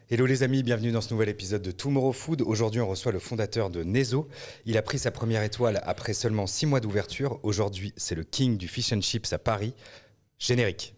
Hello les amis, bienvenue dans ce nouvel épisode de Tomorrow Food. Aujourd'hui, on reçoit le fondateur de Nezo. Il a pris sa première étoile après seulement 6 mois d'ouverture. Aujourd'hui, c'est le king du fish and chips à Paris. Générique.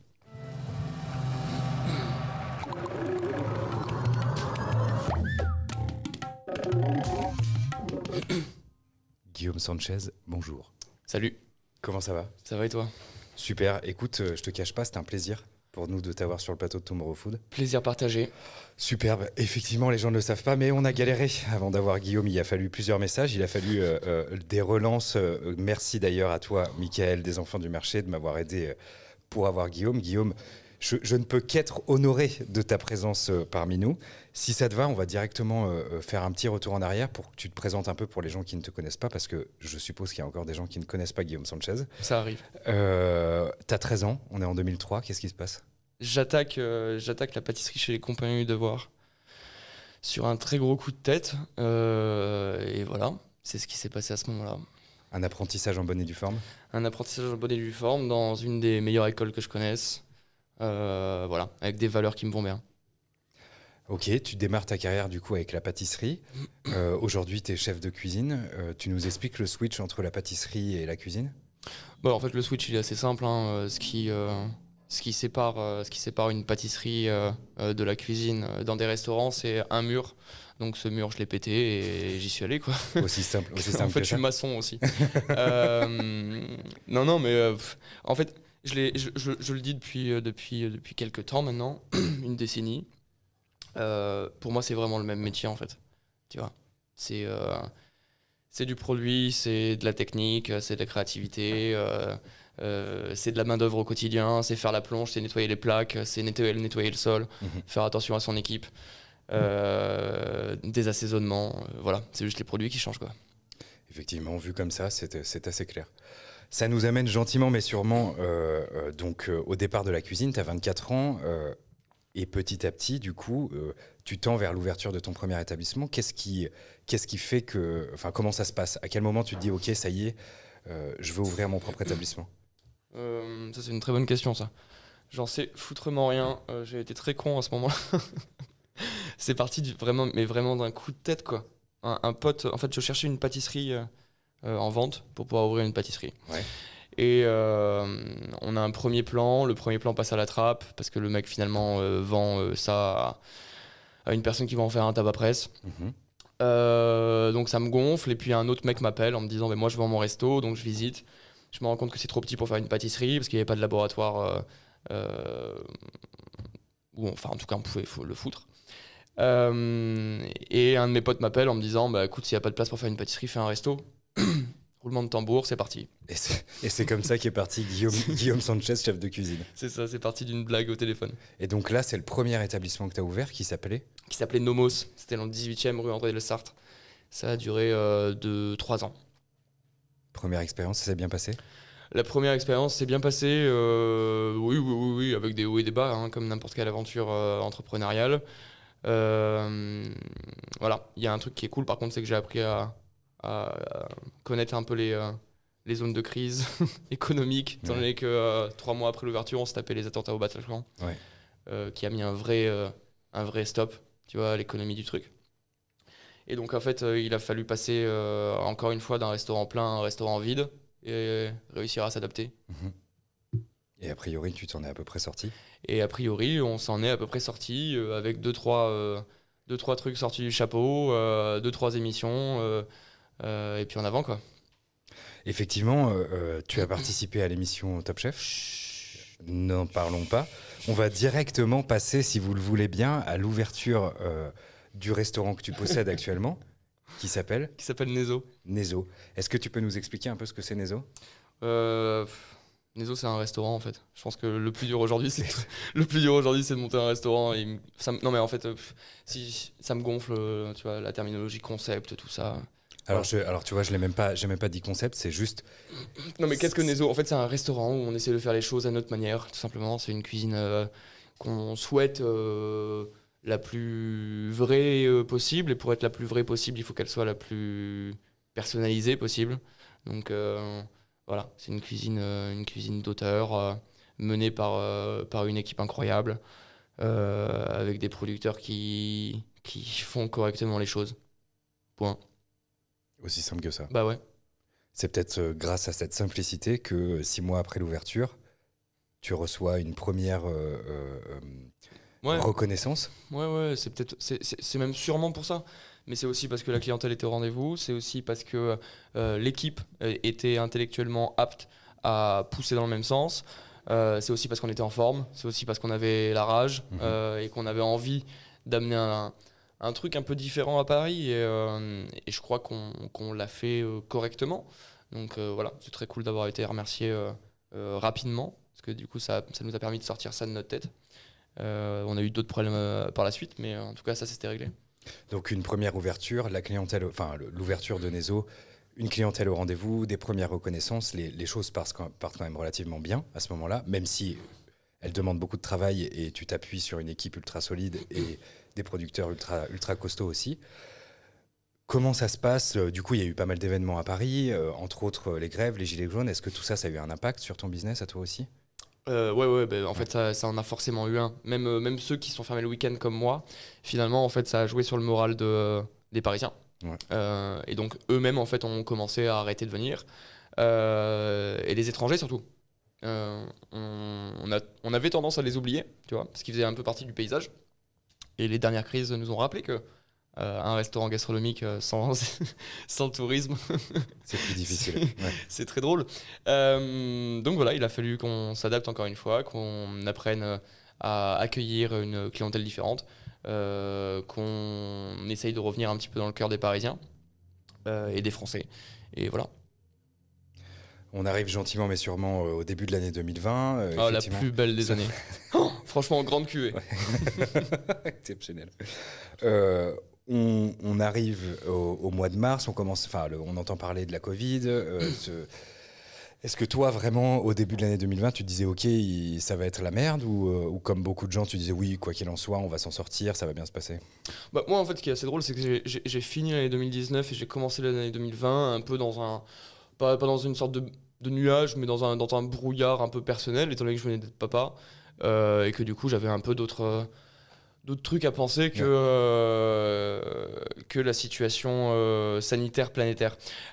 Guillaume Sanchez, bonjour. Salut, Comment ça va? ça va et toi? Super. Écoute, je te cache pas, c'est un plaisir pour nous de t'avoir sur le plateau de Tomorrow Food. Plaisir partagé. Superbe. Effectivement, les gens ne le savent pas, mais on a galéré avant d'avoir Guillaume. Il a fallu plusieurs messages, il a fallu des relances. Merci d'ailleurs à toi, Michael, des Enfants du Marché, de m'avoir aidé pour avoir Guillaume. Guillaume, je ne peux qu'être honoré de ta présence parmi nous. Si ça te va, on va directement faire un petit retour en arrière pour que tu te présentes un peu pour les gens qui ne te connaissent pas, parce que je suppose qu'il y a encore des gens qui ne connaissent pas Guillaume Sanchez. Ça arrive. T'as 13 ans, on est en 2003, qu'est-ce qui se passe? J'attaque la pâtisserie chez les Compagnons du Devoir sur un très gros coup de tête. Et voilà, c'est ce qui s'est passé à ce moment-là. Un apprentissage en bonne et due forme? Un apprentissage en bonne et due forme dans une des meilleures écoles que je connaisse. Voilà, avec des valeurs qui me vont bien. Ok, tu démarres ta carrière du coup avec la pâtisserie. Aujourd'hui, tu es chef de cuisine. Tu nous expliques le switch entre la pâtisserie et la cuisine? Bon, en fait, le switch il est assez simple, hein. Ce qui sépare une pâtisserie de la cuisine dans des restaurants, c'est un mur. Donc ce mur, je l'ai pété et j'y suis allé, quoi. Aussi simple, aussi En simple fait, que je ça. suis maçon aussi. Non, mais en fait, je le dis depuis quelques temps maintenant, une décennie. Pour moi, c'est vraiment le même métier, en fait. Tu vois, c'est c'est du produit, c'est de la technique, c'est de la créativité, c'est de la main-d'œuvre au quotidien, c'est faire la plonge, c'est nettoyer les plaques, c'est nettoyer le sol, Mhm. faire attention à son équipe, des assaisonnements, voilà, c'est juste les produits qui changent, quoi. Effectivement, vu comme ça, c'est assez clair. Ça nous amène gentiment mais sûrement au départ de la cuisine. Tu as 24 ans et petit à petit, du coup, tu tends vers l'ouverture de ton premier établissement. Qu'est-ce qui fait que... Enfin, comment ça se passe? À quel moment tu te dis, ok, ça y est, je veux ouvrir mon propre établissement? Ça, c'est une très bonne question, ça. J'en sais foutrement rien, j'ai été très con à ce moment-là. C'est parti vraiment d'un coup de tête, quoi. Un pote, en fait, je cherchais une pâtisserie en vente pour pouvoir ouvrir une pâtisserie. Ouais. Et on a un premier plan, le premier plan passe à la trappe parce que le mec finalement vend ça à une personne qui va en faire un tabac presse. Mhm. Donc ça me gonfle et puis un autre mec m'appelle en me disant mais moi je vends mon resto, donc je visite. Je me rends compte que c'est trop petit pour faire une pâtisserie parce qu'il n'y avait pas de laboratoire où enfin en tout cas on pouvait le foutre. Et un de mes potes m'appelle en me disant bah écoute s'il n'y a pas de place pour faire une pâtisserie fais un resto. Roulement de tambour, c'est parti. Et c'est comme ça qu'est parti Guillaume Sanchez, chef de cuisine. C'est ça, c'est parti d'une blague au téléphone. Et donc là, c'est le premier établissement que tu as ouvert qui s'appelait? Qui s'appelait Nomos. C'était dans le 18e rue André Le Sartre. Ça a duré 3 ans. Première expérience, ça s'est bien passé? La première expérience s'est bien passée, oui, avec des hauts et des bas, hein, comme n'importe quelle aventure entrepreneuriale. Voilà, il y a un truc qui est cool par contre, c'est que j'ai appris à connaître un peu les zones de crise économique, étant donné que 3 mois après l'ouverture, on se tapait les attentats au Bataclan, qui a mis un vrai stop, tu vois, à l'économie du truc. Et donc en fait, il a fallu passer encore une fois d'un restaurant plein à un restaurant vide et réussir à s'adapter. Mhm. Et a priori, tu t'en es à peu près sorti? Et a priori, on s'en est à peu près sorti avec deux, trois trucs sortis du chapeau, 2-3 émissions, et puis en avant, quoi. Effectivement, tu as participé à l'émission Top Chef. N'en parlons pas. On va directement passer, si vous le voulez bien, à l'ouverture du restaurant que tu possèdes actuellement, qui s'appelle Qui s'appelle Nezo. Nezo. Est-ce que tu peux nous expliquer un peu ce que c'est Nezo? Nezo, c'est un restaurant en fait. Je pense que le plus dur aujourd'hui, le plus dur aujourd'hui, c'est de monter un restaurant. Non mais en fait, si ça me gonfle, tu vois, la terminologie concept, tout ça. Alors tu vois, j'ai même pas dit concept, c'est juste. Non mais qu'est-ce que Nezo? En fait, c'est un restaurant où on essaie de faire les choses à notre manière, tout simplement. C'est une cuisine qu'on souhaite la plus vraie possible. Et pour être la plus vraie possible, il faut qu'elle soit la plus personnalisée possible. Donc voilà, c'est une cuisine d'auteur menée par une équipe incroyable. avec des producteurs qui font correctement les choses. Point. Aussi simple que ça. Bah ouais. C'est peut-être grâce à cette simplicité que 6 mois après l'ouverture, tu reçois une première reconnaissance. Ouais, c'est même sûrement pour ça. Mais c'est aussi parce que la clientèle était au rendez-vous, c'est aussi parce que l'équipe était intellectuellement apte à pousser dans le même sens. C'est aussi parce qu'on était en forme, c'est aussi parce qu'on avait la rage et qu'on avait envie d'amener un truc un peu différent à Paris. Et je crois qu'on l'a fait correctement. Donc voilà, c'est très cool d'avoir été remercié rapidement, parce que du coup ça nous a permis de sortir ça de notre tête. On a eu d'autres problèmes par la suite, mais en tout cas ça c'était réglé. Donc une première ouverture, l'ouverture de Nezo, une clientèle au rendez-vous, des premières reconnaissances, les choses partent quand même relativement bien à ce moment-là, même si elles demandent beaucoup de travail et tu t'appuies sur une équipe ultra solide et des producteurs ultra costauds aussi. Comment ça se passe? Du coup, il y a eu pas mal d'événements à Paris, entre autres les grèves, les gilets jaunes. Est-ce que tout ça a eu un impact sur ton business à toi aussi? Ouais, en fait ça en a forcément eu un. Même ceux qui sont fermés le week-end comme moi, finalement en fait ça a joué sur le moral des Parisiens. Ouais. Et donc eux-mêmes en fait ont commencé à arrêter de venir. Et les étrangers surtout. On avait tendance à les oublier, tu vois, parce qu'ils faisaient un peu partie du paysage. Et les dernières crises nous ont rappelé que un restaurant gastronomique sans tourisme, c'est plus difficile. Ouais. C'est très drôle. Donc voilà, il a fallu qu'on s'adapte encore une fois, qu'on apprenne à accueillir une clientèle différente, qu'on essaye de revenir un petit peu dans le cœur des Parisiens et des Français. Et voilà. On arrive gentiment mais sûrement au début de l'année 2020. La plus belle des années. Franchement, grande cuvée. Ouais. Exceptionnel. On arrive au mois de mars, on entend parler de la Covid. Est-ce que toi, vraiment, au début de l'année 2020, tu te disais, OK, ça va être la merde ou comme beaucoup de gens, tu disais, oui, quoi qu'il en soit, on va s'en sortir, ça va bien se passer? Moi, en fait, ce qui est assez drôle, c'est que j'ai fini l'année 2019 et j'ai commencé l'année 2020 un peu pas dans une sorte de nuage, mais dans un brouillard un peu personnel, étant donné que je venais d'être papa, et que du coup, j'avais un peu d'autres trucs à penser que la situation sanitaire planétaire.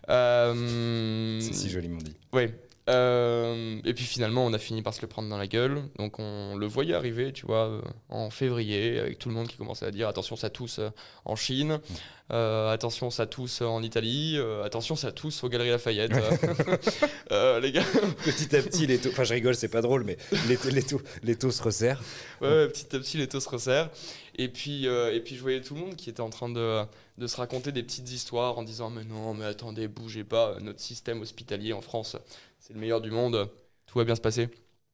C'est si joliment dit. Oui. Et puis finalement, on a fini par se le prendre dans la gueule. Donc on le voyait arriver, tu vois, en février, avec tout le monde qui commençait à dire attention, ça tousse en Chine, attention, ça tousse en Italie, attention, ça tousse aux Galeries Lafayette. Les gars. Petit à petit, je rigole, c'est pas drôle, mais les taux se resserrent. Ouais, petit à petit, les taux se resserrent. Et puis je voyais tout le monde qui était en train de se raconter des petites histoires en disant mais non, mais attendez, bougez pas, notre système hospitalier en France, c'est le meilleur du monde, tout va bien se passer.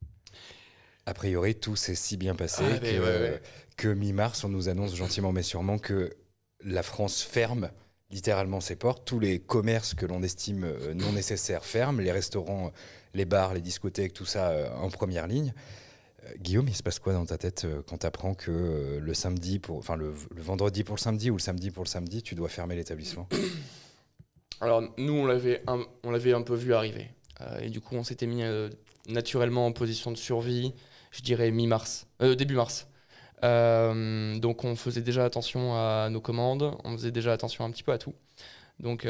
A priori, tout s'est si bien passé que mi-mars, on nous annonce gentiment mais sûrement que la France ferme littéralement ses portes. Tous les commerces que l'on estime non nécessaires ferment, les restaurants, les bars, les discothèques, tout ça en première ligne. Guillaume, il se passe quoi dans ta tête quand tu apprends que le vendredi pour le samedi ou le samedi pour le samedi, tu dois fermer l'établissement? Alors nous, on l'avait un peu vu arriver. Et du coup, on s'était mis naturellement en position de survie, je dirais mi-mars, début mars. Donc on faisait déjà attention à nos commandes, on faisait déjà attention un petit peu à tout. Donc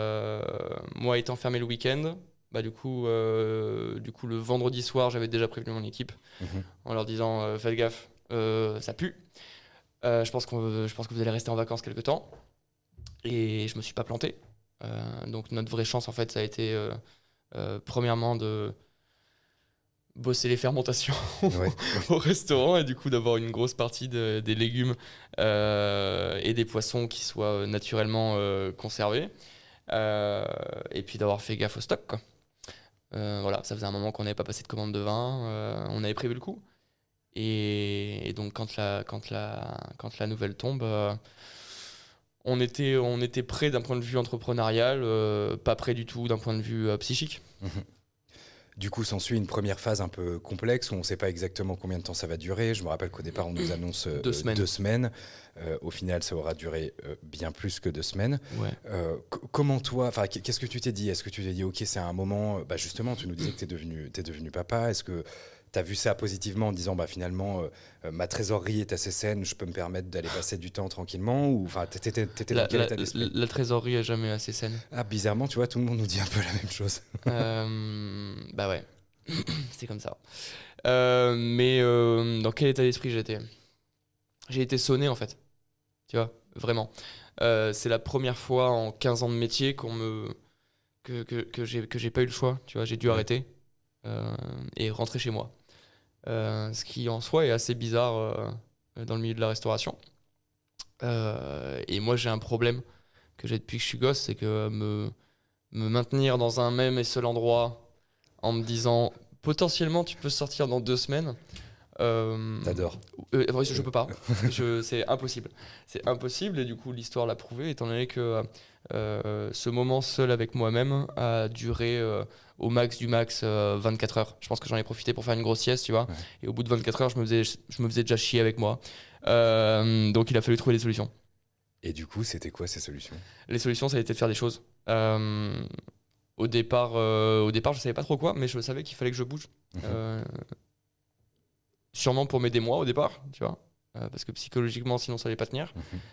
moi étant fermé le week-end, du coup le vendredi soir, j'avais déjà prévenu mon équipe en leur disant faites gaffe, ça pue. Je pense que vous allez rester en vacances quelque temps. Et je me suis pas planté. Donc notre vraie chance en fait, ça a été premièrement de bosser les fermentations au restaurant et du coup d'avoir une grosse partie des légumes et des poissons qui soient naturellement conservés et puis d'avoir fait gaffe au stock, quoi. Voilà, ça faisait un moment qu'on n'avait pas passé de commande de vin, on avait prévu le coup et donc quand la nouvelle tombe, on était prêt d'un point de vue entrepreneurial, pas prêt du tout d'un point de vue psychique. Du coup, s'ensuit une première phase un peu complexe où on ne sait pas exactement combien de temps ça va durer. Je me rappelle qu'au départ, on nous annonce 2 semaines. Au final, ça aura duré bien plus que 2 semaines. Ouais. Comment toi, qu'est-ce que tu t'es dit? Est-ce que tu t'es dit, OK, c'est un moment... justement, tu nous disais que tu es devenu papa. Est-ce que as vu ça positivement en disant finalement ma trésorerie est assez saine, je peux me permettre d'aller passer du temps tranquillement, ou enfin t'étais dans quel état d'esprit? La trésorerie est jamais assez saine. Ah, bizarrement, tu vois, tout le monde nous dit un peu la même chose. Bah ouais, c'est comme ça. Mais dans quel état d'esprit j'étais? J'ai été sonné en fait, tu vois, vraiment. C'est la première fois en 15 ans de métier que j'ai pas eu le choix, tu vois, j'ai dû arrêter et rentrer chez moi. Ce qui en soi est assez bizarre dans le milieu de la restauration. Et moi j'ai un problème que j'ai depuis que je suis gosse, c'est que me maintenir dans un même et seul endroit en me disant potentiellement tu peux sortir dans 2 semaines. T'adores. Je peux pas. C'est impossible. C'est impossible et du coup l'histoire l'a prouvé étant donné que ce moment seul avec moi-même a duré au max du max 24 heures. Je pense que j'en ai profité pour faire une grosse sieste, tu vois. Ouais. Et au bout de 24 heures, je me faisais déjà chier avec moi. Donc il a fallu trouver des solutions. Et du coup, c'était quoi ces solutions? Les solutions, ça a été de faire des choses. Au départ, je savais pas trop quoi, mais je savais qu'il fallait que je bouge. Sûrement pour m'aider moi au départ, tu vois, parce que psychologiquement, sinon ça allait pas tenir.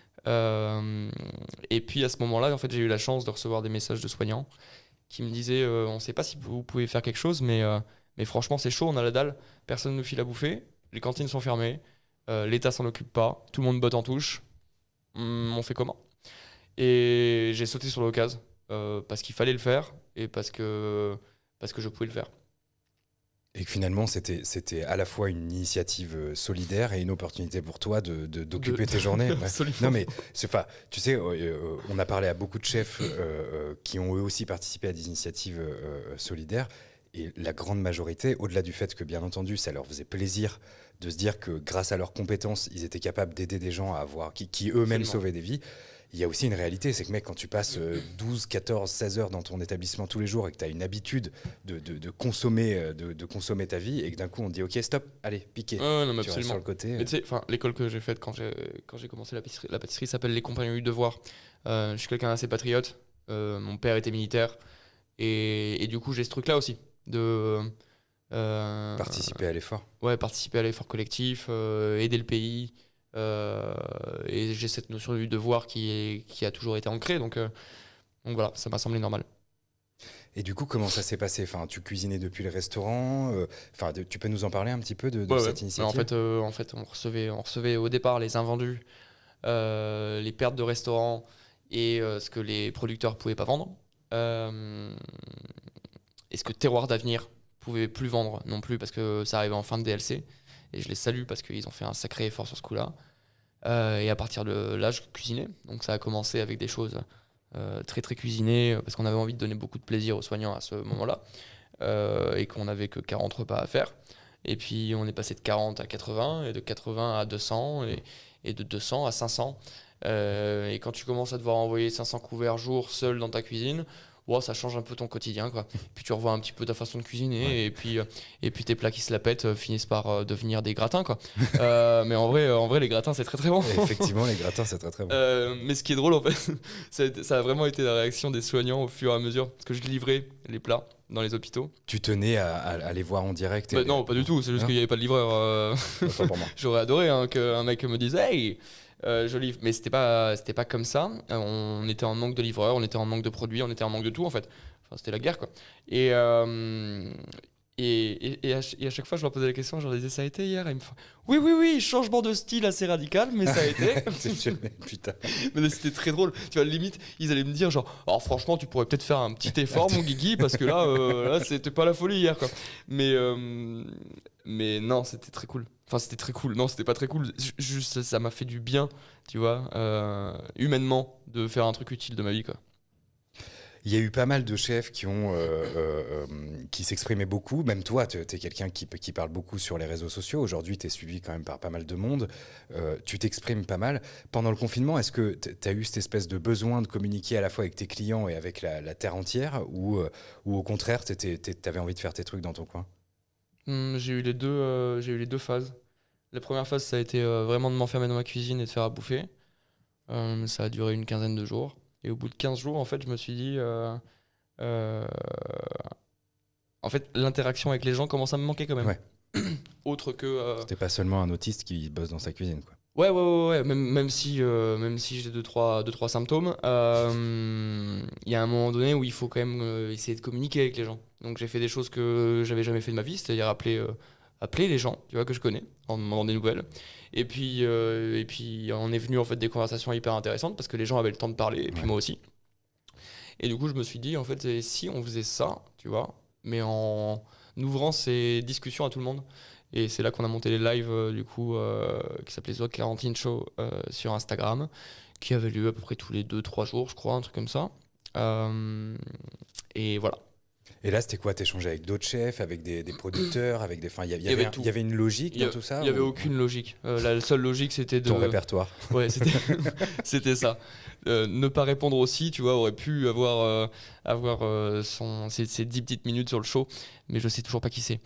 Et puis à ce moment-là, en fait, j'ai eu la chance de recevoir des messages de soignants qui me disaient on sait pas si vous pouvez faire quelque chose, mais franchement, c'est chaud, on a la dalle, personne ne nous file à bouffer, les cantines sont fermées, l'État s'en occupe pas, tout le monde botte en touche. On fait comment? Et j'ai sauté sur l'occasion parce qu'il fallait le faire et parce que je pouvais le faire. Et que finalement, c'était à la fois une initiative solidaire et une opportunité pour toi d'occuper tes journées. Ouais. Non, mais tu sais, on a parlé à beaucoup de chefs qui ont eux aussi participé à des initiatives solidaires. Et la grande majorité, au-delà du fait que, bien entendu, ça leur faisait plaisir de se dire que grâce à leurs compétences, ils étaient capables d'aider des gens à avoir, qui eux-mêmes sauvaient des vies. Il y a aussi une réalité, c'est que mec, quand tu passes 12, 14, 16 heures dans ton établissement tous les jours et que tu as une habitude de consommer ta vie et que d'un coup on te dit ok stop, allez, piquez, non, mais tu restes sur le côté. Mais tu sais, l'école que j'ai faite quand j'ai commencé la pâtisserie s'appelle les Compagnons du Devoir. Je suis quelqu'un d'assez patriote, mon père était militaire et du coup j'ai ce truc là aussi de participer à l'effort. Ouais, participer à l'effort collectif, aider le pays. Et j'ai cette notion du devoir qui a toujours été ancrée, donc voilà, ça m'a semblé normal. Et du coup, comment ça s'est passé? Enfin, tu cuisinais depuis le restaurant. Tu peux nous en parler un petit peu de cette initiative? En fait, on recevait au départ les invendus, les pertes de restaurants et ce que les producteurs pouvaient pas vendre. Et ce que Terroir d'Avenir pouvait plus vendre non plus parce que ça arrivait en fin de DLC. Et je les salue parce qu'ils ont fait un sacré effort sur ce coup-là. Et à partir de là, je cuisinais. Donc ça a commencé avec des choses très très cuisinées parce qu'on avait envie de donner beaucoup de plaisir aux soignants à ce moment-là et qu'on n'avait que 40 repas à faire. Et puis on est passé de 40 à 80 et de 80 à 200 et de 200 à 500. Et quand tu commences à devoir envoyer 500 couverts jour seul dans ta cuisine, wow, ça change un peu ton quotidien, quoi. Puis tu revois un petit peu ta façon de cuisiner, ouais. et puis tes plats qui se la pètent finissent par devenir des gratins, quoi. Mais en vrai, les gratins, c'est très très bon. Et effectivement, les gratins, c'est très très bon. Mais ce qui est drôle, en fait, ça a vraiment été la réaction des soignants au fur et à mesure, parce que je livrais les plats dans les hôpitaux. Tu tenais à les voir en direct Non, pas du tout, c'est juste qu'il n'y avait pas de livreur. J'aurais adoré qu'un mec me dise « Hey !» je livre, mais c'était pas comme ça. On était en manque de livreurs, on était en manque de produits, on était en manque de tout en fait. Enfin, c'était la guerre quoi. Et à chaque fois je leur posais la question, je leur disais ça a été hier. Et ils me font oui, changement de style assez radical, mais ça a été. Putain. Mais c'était très drôle. Tu vois, limite, ils allaient me dire genre, alors franchement, tu pourrais peut-être faire un petit effort, mon Guigui, parce que là, c'était pas la folie hier quoi. Mais non, c'était très cool. Enfin, c'était très cool. Non, c'était pas très cool. Juste, ça m'a fait du bien, tu vois, humainement, de faire un truc utile de ma vie, quoi. Il y a eu pas mal de chefs qui s'exprimaient beaucoup. Même toi, tu es quelqu'un qui parle beaucoup sur les réseaux sociaux. Aujourd'hui, tu es suivi quand même par pas mal de monde. Tu t'exprimes pas mal. Pendant le confinement, est-ce que tu as eu cette espèce de besoin de communiquer à la fois avec tes clients et avec la terre entière ou au contraire, tu avais envie de faire tes trucs dans ton coin? J'ai eu les deux phases. La première phase, ça a été vraiment de m'enfermer dans ma cuisine et de faire à bouffer. Ça a duré une quinzaine de jours. Et au bout de 15 jours, en fait, je me suis dit... en fait, l'interaction avec les gens commence à me manquer quand même. Ouais. autre que... C'était pas seulement un autiste qui bosse dans sa cuisine, quoi. Ouais. Même si j'ai deux, trois symptômes, il y a un moment donné où il faut quand même essayer de communiquer avec les gens. Donc j'ai fait des choses que j'avais jamais fait de ma vie, c'est-à-dire appeler les gens, tu vois, que je connais, en demandant des nouvelles. Et puis on est venu en fait des conversations hyper intéressantes parce que les gens avaient le temps de parler, et puis moi aussi. Et du coup, je me suis dit, en fait, et si on faisait ça, tu vois, mais en ouvrant ces discussions à tout le monde. Et c'est là qu'on a monté les lives, qui s'appelait The Quarantine Show sur Instagram, qui avait lieu à peu près tous les 2-3 jours, je crois, un truc comme ça. Et voilà. Et là, c'était quoi? T'échangeais avec d'autres chefs, avec des producteurs, avec des... Enfin, il y avait une logique dans tout ça? Il n'y avait aucune logique. La seule logique, c'était de... Ton répertoire. Ouais, c'était ça. Ne pas répondre aussi, tu vois, aurait pu avoir ses 10 petites minutes sur le show, mais je sais toujours pas qui c'est.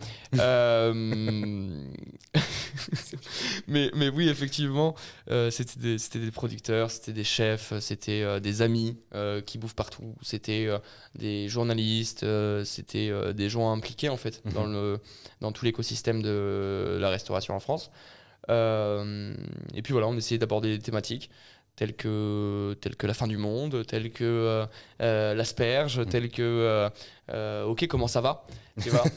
mais oui, effectivement, c'était des producteurs, c'était des chefs, c'était des amis qui bouffent partout, c'était des journalistes, c'était des gens impliqués en fait dans tout l'écosystème de la restauration en France. Et puis voilà, on essayait d'aborder des thématiques telles que la fin du monde, telles que l'asperge, telles que ok, comment ça va, tu vois.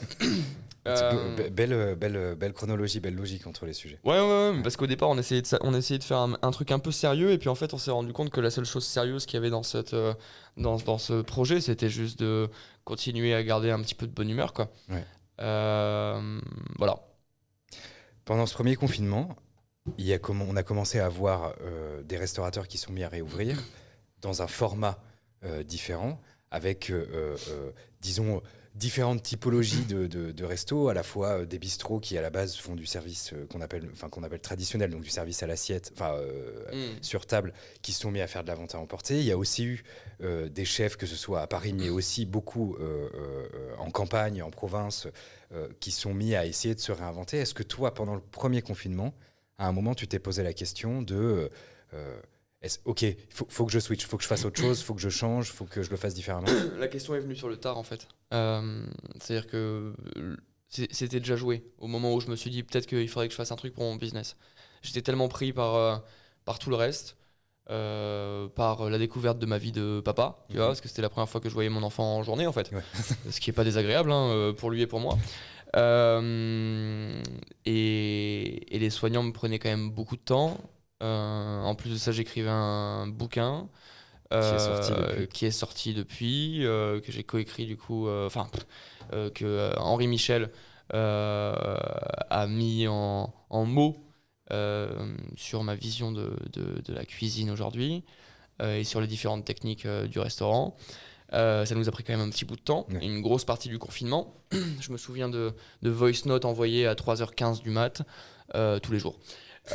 Belle chronologie, belle logique entre les sujets. Ouais, parce qu'au départ on essayait de faire un truc un peu sérieux, et puis en fait on s'est rendu compte que la seule chose sérieuse qu'il y avait dans ce projet, c'était juste de continuer à garder un petit peu de bonne humeur, quoi. Ouais. Voilà. Pendant ce premier confinement, on a commencé à voir des restaurateurs qui sont mis à réouvrir dans un format différent, avec, disons, différentes typologies de restos, à la fois des bistrots qui à la base font du service qu'on appelle traditionnel, donc du service à l'assiette, sur table, qui se sont mis à faire de la vente à emporter. Il y a aussi eu des chefs, que ce soit à Paris, mais aussi beaucoup en campagne, en province, qui se sont mis à essayer de se réinventer. Est-ce que toi, pendant le premier confinement, à un moment, tu t'es posé la question de ok, il faut que je switch, il faut que je fasse autre chose, il faut que je change, il faut que je le fasse différemment? La question est venue sur le tard, en fait. C'est-à-dire que c'était déjà joué au moment où je me suis dit peut-être qu'il faudrait que je fasse un truc pour mon business. J'étais tellement pris par tout le reste, par la découverte de ma vie de papa, tu vois, parce que c'était la première fois que je voyais mon enfant en journée, en fait. Ouais. Ce qui n'est pas désagréable pour lui et pour moi. Et les soignants me prenaient quand même beaucoup de temps. En plus de ça, j'écrivais un bouquin qui est sorti depuis, que j'ai coécrit du coup, que Henri Michel a mis en mots sur ma vision de la cuisine aujourd'hui et sur les différentes techniques du restaurant. Ça nous a pris quand même un petit bout de temps, ouais. Une grosse partie du confinement. Je me souviens de voice notes envoyées à 3h15 du mat tous les jours.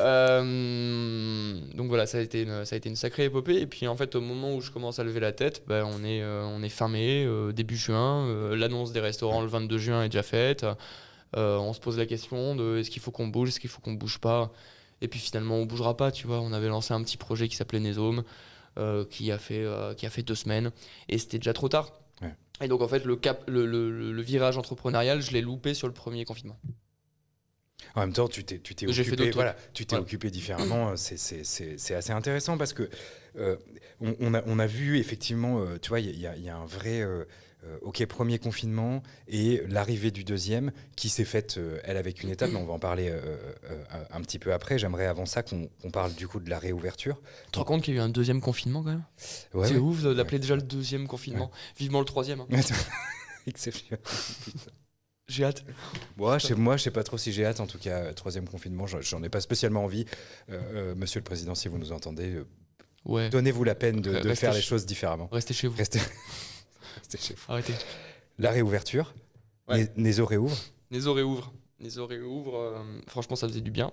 Donc voilà, ça a été une sacrée épopée. Et puis en fait, au moment où je commence à lever la tête, on est fin mai, début juin. L'annonce des restaurants le 22 juin est déjà faite. On se pose la question de est-ce qu'il faut qu'on bouge, est-ce qu'il faut qu'on bouge pas. Et puis finalement, on bougera pas. Tu vois, on avait lancé un petit projet qui s'appelait Nesome. Qui a fait 2 semaines, et c'était déjà trop tard. Ouais. Et donc en fait le virage entrepreneurial, je l'ai loupé sur le premier confinement. En même temps, tu t'es occupé différemment. C'est assez intéressant parce que on a vu effectivement, tu vois, il y a un vrai premier confinement et l'arrivée du deuxième qui s'est faite, elle, avec une étape, mais on va en parler un petit peu après. J'aimerais avant ça qu'on parle du coup de la réouverture. Tu te rends compte qu'il y a eu un deuxième confinement quand même? Ouais, c'est ouf de l'appeler déjà le deuxième confinement. Ouais. Vivement le troisième. Hein. Exceptionnel. J'ai hâte. Moi, je sais pas trop si j'ai hâte. En tout cas, troisième confinement, j'en ai pas spécialement envie. Monsieur le Président, si vous nous entendez, donnez-vous la peine de faire les choses différemment. Restez chez vous. Restez chez vous. Arrêtez. La réouverture. Ouais. Neso réouvre. Neso réouvre. Franchement, ça faisait du bien.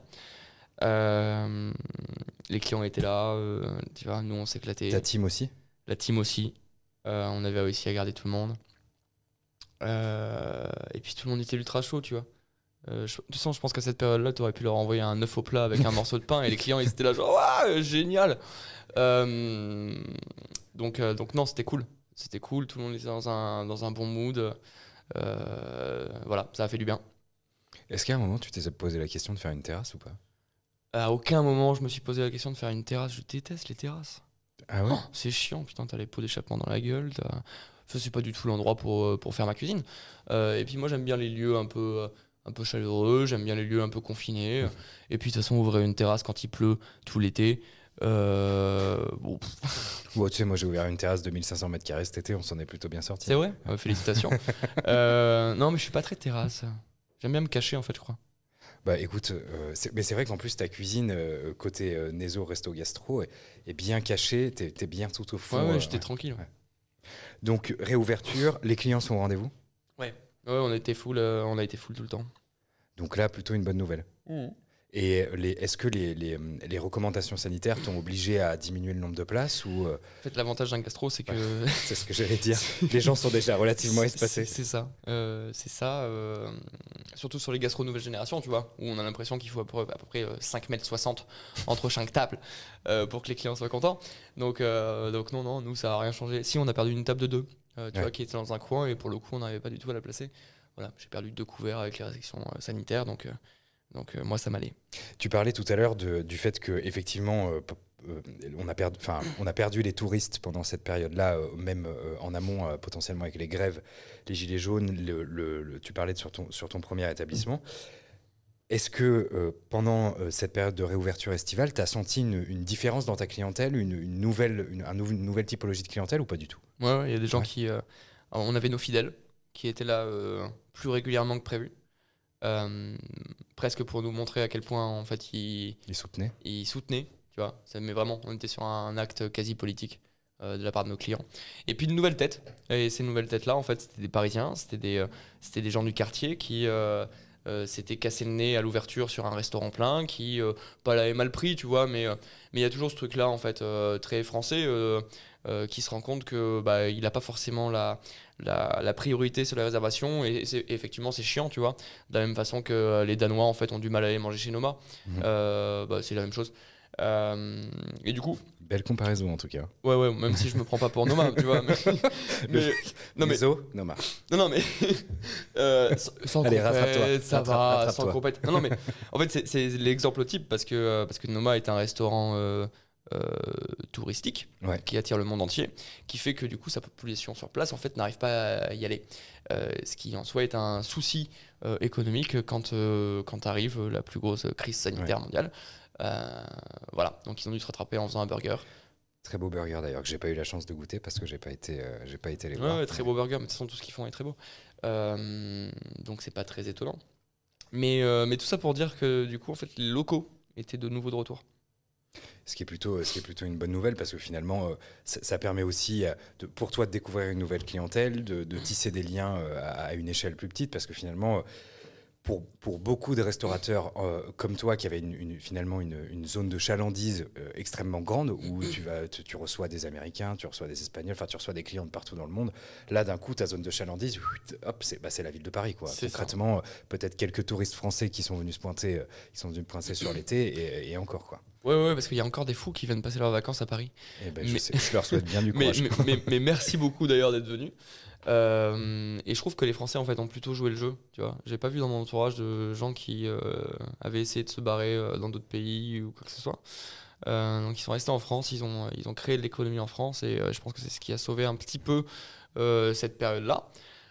Les clients étaient là. Tu vois, nous, on s'éclatait. Ta team aussi? La team aussi. On avait réussi à garder tout le monde. Et puis tout le monde était ultra chaud, tu vois. De toute façon, je pense qu'à cette période-là, tu aurais pu leur envoyer un œuf au plat avec un morceau de pain, et les clients ils étaient là genre waouh, génial. Donc non, c'était cool, tout le monde était dans un bon mood. Voilà, ça a fait du bien. Est-ce qu'à un moment, tu t'es posé la question de faire une terrasse ou pas? À aucun moment, je me suis posé la question de faire une terrasse. Je déteste les terrasses. Ah ouais? C'est chiant, putain, t'as les pots d'échappement dans la gueule. Ça, c'est pas du tout l'endroit pour faire ma cuisine. Et puis moi, j'aime bien les lieux un peu chaleureux, j'aime bien les lieux un peu confinés. Et puis de toute façon, ouvrir une terrasse quand il pleut tout l'été. Bon, Bon, tu sais, moi j'ai ouvert une terrasse de 1500 mètres carrés cet été, on s'en est plutôt bien sorti. c'est vrai, félicitations. Non, mais je suis pas très terrasse. J'aime bien me cacher, en fait, je crois. Bah écoute, mais c'est vrai qu'en plus ta cuisine côté Néso Resto Gastro est bien cachée, t'es bien tout au fond. Ouais, j'étais tranquille. Ouais. Donc réouverture, les clients sont au rendez-vous. Ouais, on a été full tout le temps. Donc là, plutôt une bonne nouvelle. Et est-ce que les recommandations sanitaires t'ont obligé à diminuer le nombre de places ou En fait, l'avantage d'un gastro, c'est que. c'est ce que j'allais dire. Les gens sont déjà relativement espacés. C'est ça. Surtout sur les gastro nouvelle génération, tu vois, où on a l'impression qu'il faut à peu près 5,60 m entre chaque table pour que les clients soient contents. Donc non, nous, ça n'a rien changé. Si, on a perdu une table de 2, tu vois, qui était dans un coin, et pour le coup, on n'arrivait pas du tout à la placer. Voilà, j'ai perdu 2 couverts avec les restrictions sanitaires, donc moi, ça m'allait. Tu parlais tout à l'heure du fait que effectivement on a perdu les touristes pendant cette période-là, même en amont, potentiellement avec les grèves, les gilets jaunes. Tu parlais sur ton premier établissement. Est-ce que pendant cette période de réouverture estivale, tu as senti une différence dans ta clientèle, une nouvelle typologie de clientèle ou pas du tout? Ouais, il y a des gens qui... on avait nos fidèles qui étaient là plus régulièrement que prévu. Presque pour nous montrer à quel point en fait ils soutenaient, tu vois. Mais vraiment, on était sur un acte quasi politique de la part de nos clients. Et puis de nouvelles têtes. Et ces nouvelles têtes-là, en fait, c'était des Parisiens, c'était des gens du quartier qui s'étaient cassé le nez à l'ouverture sur un restaurant plein, qui pas l'avaient mal pris, tu vois. Mais il y a toujours ce truc-là, en fait, très français, qui se rend compte que il n'a pas forcément la priorité sur les réservations, et effectivement c'est chiant, tu vois, de la même façon que les Danois en fait ont du mal à aller manger chez Noma. C'est la même chose, et du coup belle comparaison en tout cas. Ouais, même si je me prends pas pour Noma, tu vois, Noma. Non mais sans allez, compète, rattrape-toi, ça va, rattrape-toi. sans compète. Non mais en fait c'est l'exemple type parce que Noma est un restaurant touristique, ouais, qui attire le monde entier, qui fait que du coup sa population sur place en fait n'arrive pas à y aller, ce qui en soi est un souci économique quand arrive la plus grosse crise sanitaire mondiale. Voilà, donc ils ont dû se rattraper en faisant un burger. Très beau burger d'ailleurs, que j'ai pas eu la chance de goûter parce que j'ai pas été les voir. Ouais, très beau burger, mais de toute façon tout ce qu'ils font est très beau, donc c'est pas très étonnant, mais tout ça pour dire que du coup en fait les locaux étaient de nouveau de retour. Ce qui est plutôt une bonne nouvelle parce que finalement, ça permet aussi pour toi de découvrir une nouvelle clientèle, de tisser des liens à une échelle plus petite parce que finalement, pour beaucoup de restaurateurs comme toi qui avaient finalement une zone de chalandise extrêmement grande où tu reçois des Américains, tu reçois des Espagnols, enfin tu reçois des clients de partout dans le monde. Là, d'un coup, ta zone de chalandise, hop, c'est la ville de Paris, quoi. Concrètement, peut-être quelques touristes français qui sont venus se pointer, sur l'été et encore, quoi. Ouais, parce qu'il y a encore des fous qui viennent passer leurs vacances à Paris. Eh ben, je leur souhaite bien du courage. mais merci beaucoup d'ailleurs d'être venus. Et je trouve que les Français en fait ont plutôt joué le jeu, tu vois. J'ai pas vu dans mon entourage de gens qui avaient essayé de se barrer dans d'autres pays ou quoi que ce soit. Donc ils sont restés en France, ils ont créé de l'économie en France, et je pense que c'est ce qui a sauvé un petit peu cette période-là.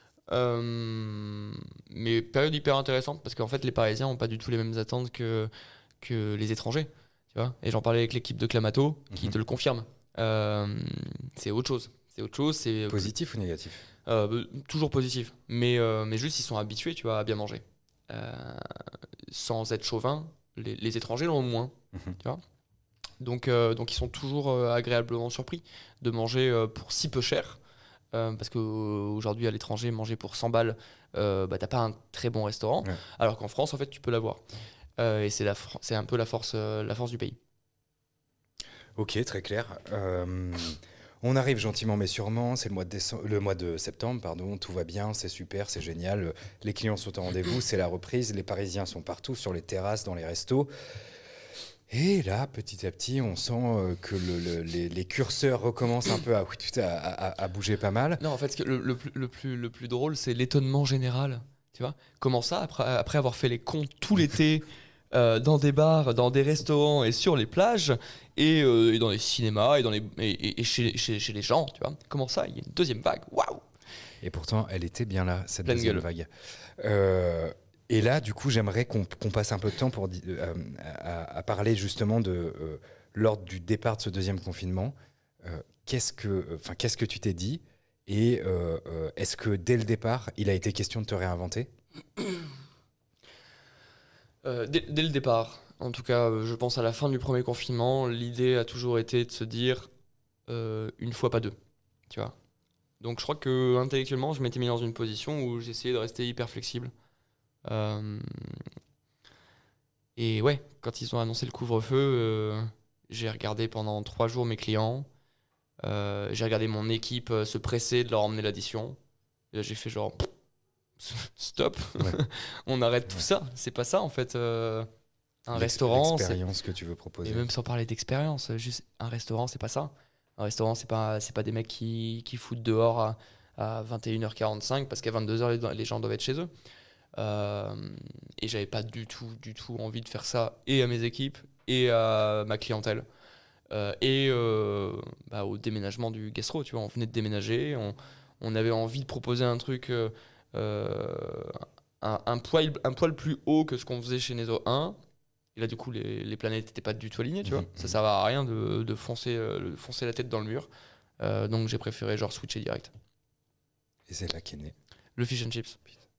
Mais période hyper intéressante parce qu'en fait les Parisiens ont pas du tout les mêmes attentes que les étrangers, tu vois. Et j'en parlais avec l'équipe de Clamato qui te le confirme. C'est autre chose. C'est positif ou négatif? Toujours positif, mais juste ils sont habitués, tu vois, à bien manger. Sans être chauvin, les étrangers l'ont moins, tu vois. Donc ils sont toujours agréablement surpris de manger pour si peu cher, parce qu'aujourd'hui à l'étranger, manger pour 100 balles, t'as pas un très bon restaurant, alors qu'en France en fait tu peux l'avoir. Et c'est un peu la force du pays. Ok, très clair. On arrive gentiment mais sûrement, c'est le mois de septembre, pardon, tout va bien, c'est super, c'est génial, les clients sont au rendez-vous, c'est la reprise, les Parisiens sont partout, sur les terrasses, dans les restos. Et là, petit à petit, on sent que les curseurs recommencent un peu à bouger pas mal. Non, en fait, le plus drôle, c'est l'étonnement général. Tu vois, comment ça, après avoir fait les cons tout l'été dans des bars, dans des restaurants et sur les plages, et dans les cinémas, et chez les gens, tu vois, comment ça, il y a une deuxième vague, waouh! Et pourtant, elle était bien là, cette Pleine deuxième gueule. vague. Et là, du coup, j'aimerais qu'on passe un peu de temps à parler justement de lors du départ de ce deuxième confinement. Qu'est-ce que tu t'es dit? Et est-ce que dès le départ, il a été question de te réinventer? Dès le départ, en tout cas, je pense à la fin du premier confinement, l'idée a toujours été de se dire une fois, pas deux, tu vois. Donc je crois que intellectuellement, je m'étais mis dans une position où j'essayais de rester hyper flexible. Euh, et ouais, quand ils ont annoncé le couvre-feu, j'ai regardé pendant 3 jours mes clients. J'ai regardé mon équipe se presser de leur emmener l'addition. Et là, j'ai fait genre stop, Ouais. on arrête tout Ouais. ça. C'est pas ça en fait. Un restaurant, L'expérience que tu veux proposer. et même sans parler d'expérience, juste un restaurant, c'est pas ça. Un restaurant, c'est pas des mecs qui foutent dehors à 21h45 parce qu'à 22h, les gens doivent être chez eux. Et j'avais pas du tout envie de faire ça et à mes équipes et à ma clientèle. Au déménagement du gastro, tu vois, on venait de déménager, on avait envie de proposer un truc euh, un poil plus haut que ce qu'on faisait chez Nezo 1. Et là, du coup, les planètes n'étaient pas du tout alignées, tu vois. Ça servait à rien de foncer la tête dans le mur. Donc j'ai préféré genre switcher direct. Et c'est là qu'est né Le fish and chips.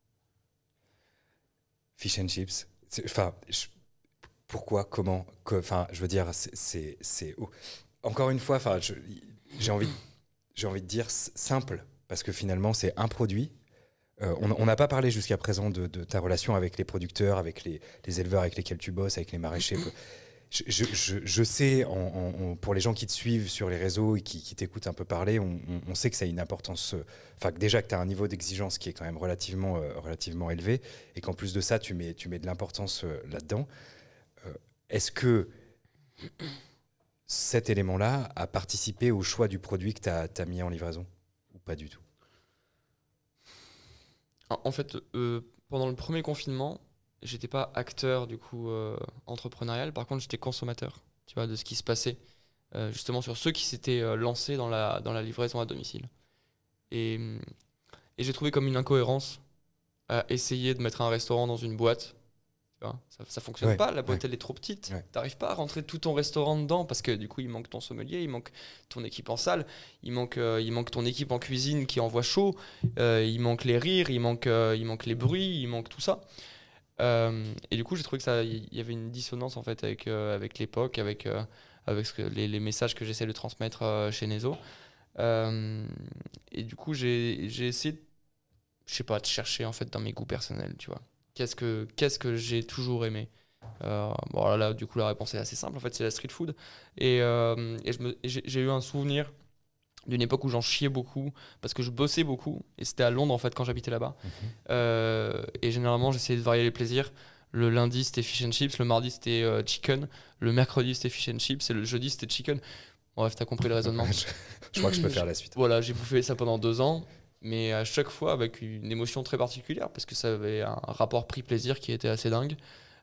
Fish and Chips. Enfin, pourquoi, comment, enfin, je veux dire, encore une fois, enfin, j'ai envie, j'ai envie de dire simple, parce que finalement, c'est un produit. On n'a pas parlé jusqu'à présent de ta relation avec les producteurs, avec les éleveurs avec lesquels tu bosses, avec les maraîchers. Je sais, pour les gens qui te suivent sur les réseaux et qui t'écoutent un peu parler, on sait que ça a une importance. Enfin, déjà que tu as un niveau d'exigence qui est quand même relativement élevé, et qu'en plus de ça, tu mets de l'importance là-dedans. Est-ce que cet élément-là a participé au choix du produit que tu as mis en livraison? Ou pas du tout? En fait, pendant le premier confinement, j'étais pas acteur du coup entrepreneurial. Par contre, j'étais consommateur, tu vois, de ce qui se passait justement sur ceux qui s'étaient lancés dans la livraison à domicile. Et, hum, et j'ai trouvé comme une incohérence à essayer de mettre un restaurant dans une boîte. Tu vois, ça fonctionne Ouais, pas, la boîte ouais, elle est trop petite. ouais. T'arrives pas à rentrer tout ton restaurant dedans parce que du coup il manque ton sommelier, il manque ton équipe en salle, il manque ton équipe en cuisine qui envoie chaud, il manque les rires, il manque les bruits, il manque tout ça. Et du coup j'ai trouvé que ça, il y avait une dissonance en fait avec l'époque, avec les messages que j'essaie de transmettre chez Nezo. Euh, et du coup j'ai essayé, je sais pas, de chercher en fait dans mes goûts personnels, tu vois. Qu'est-ce que j'ai toujours aimé? Bon, là, du coup, la réponse est assez simple. En fait, c'est la street food. Et j'ai eu un souvenir d'une époque où j'en chiais beaucoup parce que je bossais beaucoup. Et c'était à Londres, en fait, quand j'habitais là-bas. Mhm. Et généralement, j'essayais de varier les plaisirs. Le lundi, c'était fish and chips. Le mardi, c'était chicken. Le mercredi, c'était fish and chips. Et le jeudi, c'était chicken. Bref, t'as compris le raisonnement. Je crois que je peux faire la suite. Voilà, j'ai bouffé ça pendant 2 ans, mais à chaque fois avec une émotion très particulière, parce que ça avait un rapport prix-plaisir qui était assez dingue.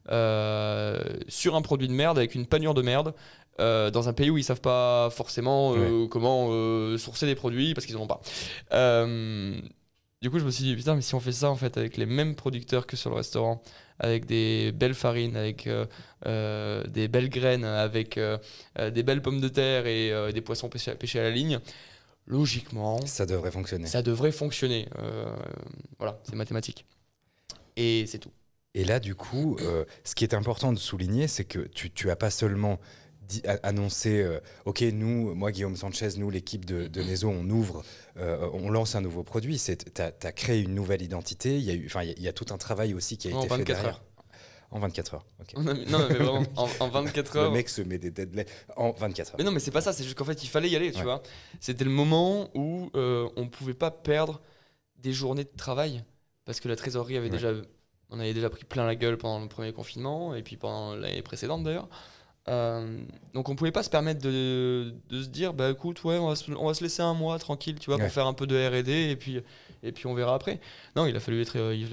Sur un produit de merde, avec une panure de merde, dans un pays où ils savent pas forcément Ouais. comment sourcer des produits, parce qu'ils en ont pas. Euh, du coup, je me suis dit, putain, mais si on fait ça en fait avec les mêmes producteurs que sur le restaurant, avec des belles farines, avec des belles graines, avec des belles pommes de terre et des poissons pêchés à la ligne, logiquement, Ça devrait fonctionner. ça devrait fonctionner. Voilà, c'est mathématique. Et c'est tout. Et là, du coup, ce qui est important de souligner, c'est que tu as pas seulement annoncé, OK, nous, moi, Guillaume Sanchez, nous, l'équipe de Nezo, on ouvre, on lance un nouveau produit. Tu as créé une nouvelle identité. Il y a tout un travail aussi qui a En été fait 24 derrière. heures. En 24 heures. OK. Non, mais vraiment, en 24 Le heures. mec se met des deadlines en 24 Mais heures. non, mais c'est pas ça, c'est juste qu'en fait, il fallait y aller, tu Ouais. vois. C'était le moment où on pouvait pas perdre des journées de travail parce que la trésorerie avait Ouais. déjà. On avait déjà pris plein la gueule pendant le premier confinement et puis pendant l'année précédente d'ailleurs. Donc on pouvait pas se permettre de se dire bah écoute ouais on va se laisser un mois tranquille tu vois pour faire un peu de R&D et puis on verra après. Non, il a fallu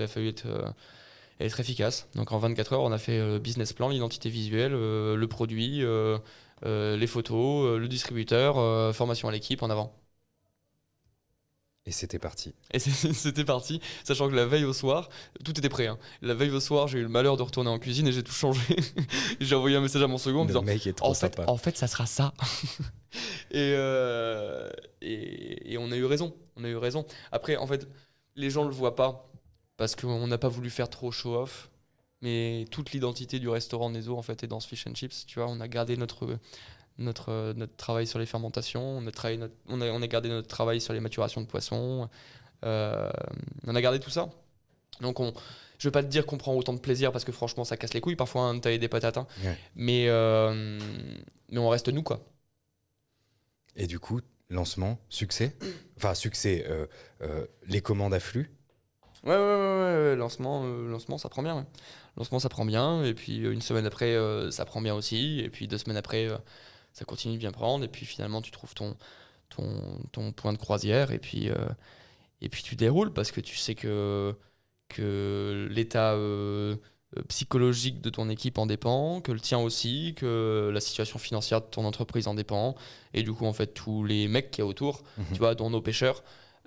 être efficace. Donc en 24 heures on a fait le business plan, l'identité visuelle, le produit, les photos, le distributeur, formation à l'équipe en avant. Et c'était parti. Et c'était parti, sachant que la veille au soir, tout était prêt. Hein. La veille au soir, j'ai eu le malheur de retourner en cuisine et j'ai tout changé. J'ai envoyé un message à mon second en disant mec est trop sympa. En fait, ça sera ça. et on a eu raison. On a eu raison. Après, en fait, les gens ne le voient pas parce qu'on n'a pas voulu faire trop show-off. Mais toute l'identité du restaurant Nezo en fait, est dans ce fish and chips. Tu vois, on a gardé notre travail sur les fermentations, on a gardé notre travail sur les maturations de poissons, on a gardé tout ça. Donc je ne vais pas te dire qu'on prend autant de plaisir parce que franchement ça casse les couilles parfois hein, de tailler des patates, hein. Mais on reste nous quoi. Et du coup, lancement, succès. Enfin succès, les commandes affluent. Ouais, lancement ça prend bien. Ouais. Lancement ça prend bien et puis une semaine après ça prend bien aussi et puis 2 semaines après ça continue de bien prendre et puis finalement tu trouves ton point de croisière et puis tu déroules parce que tu sais que l'état psychologique de ton équipe en dépend, que le tien aussi, que la situation financière de ton entreprise en dépend et du coup en fait tous les mecs qu'il y a autour, tu vois, dont nos pêcheurs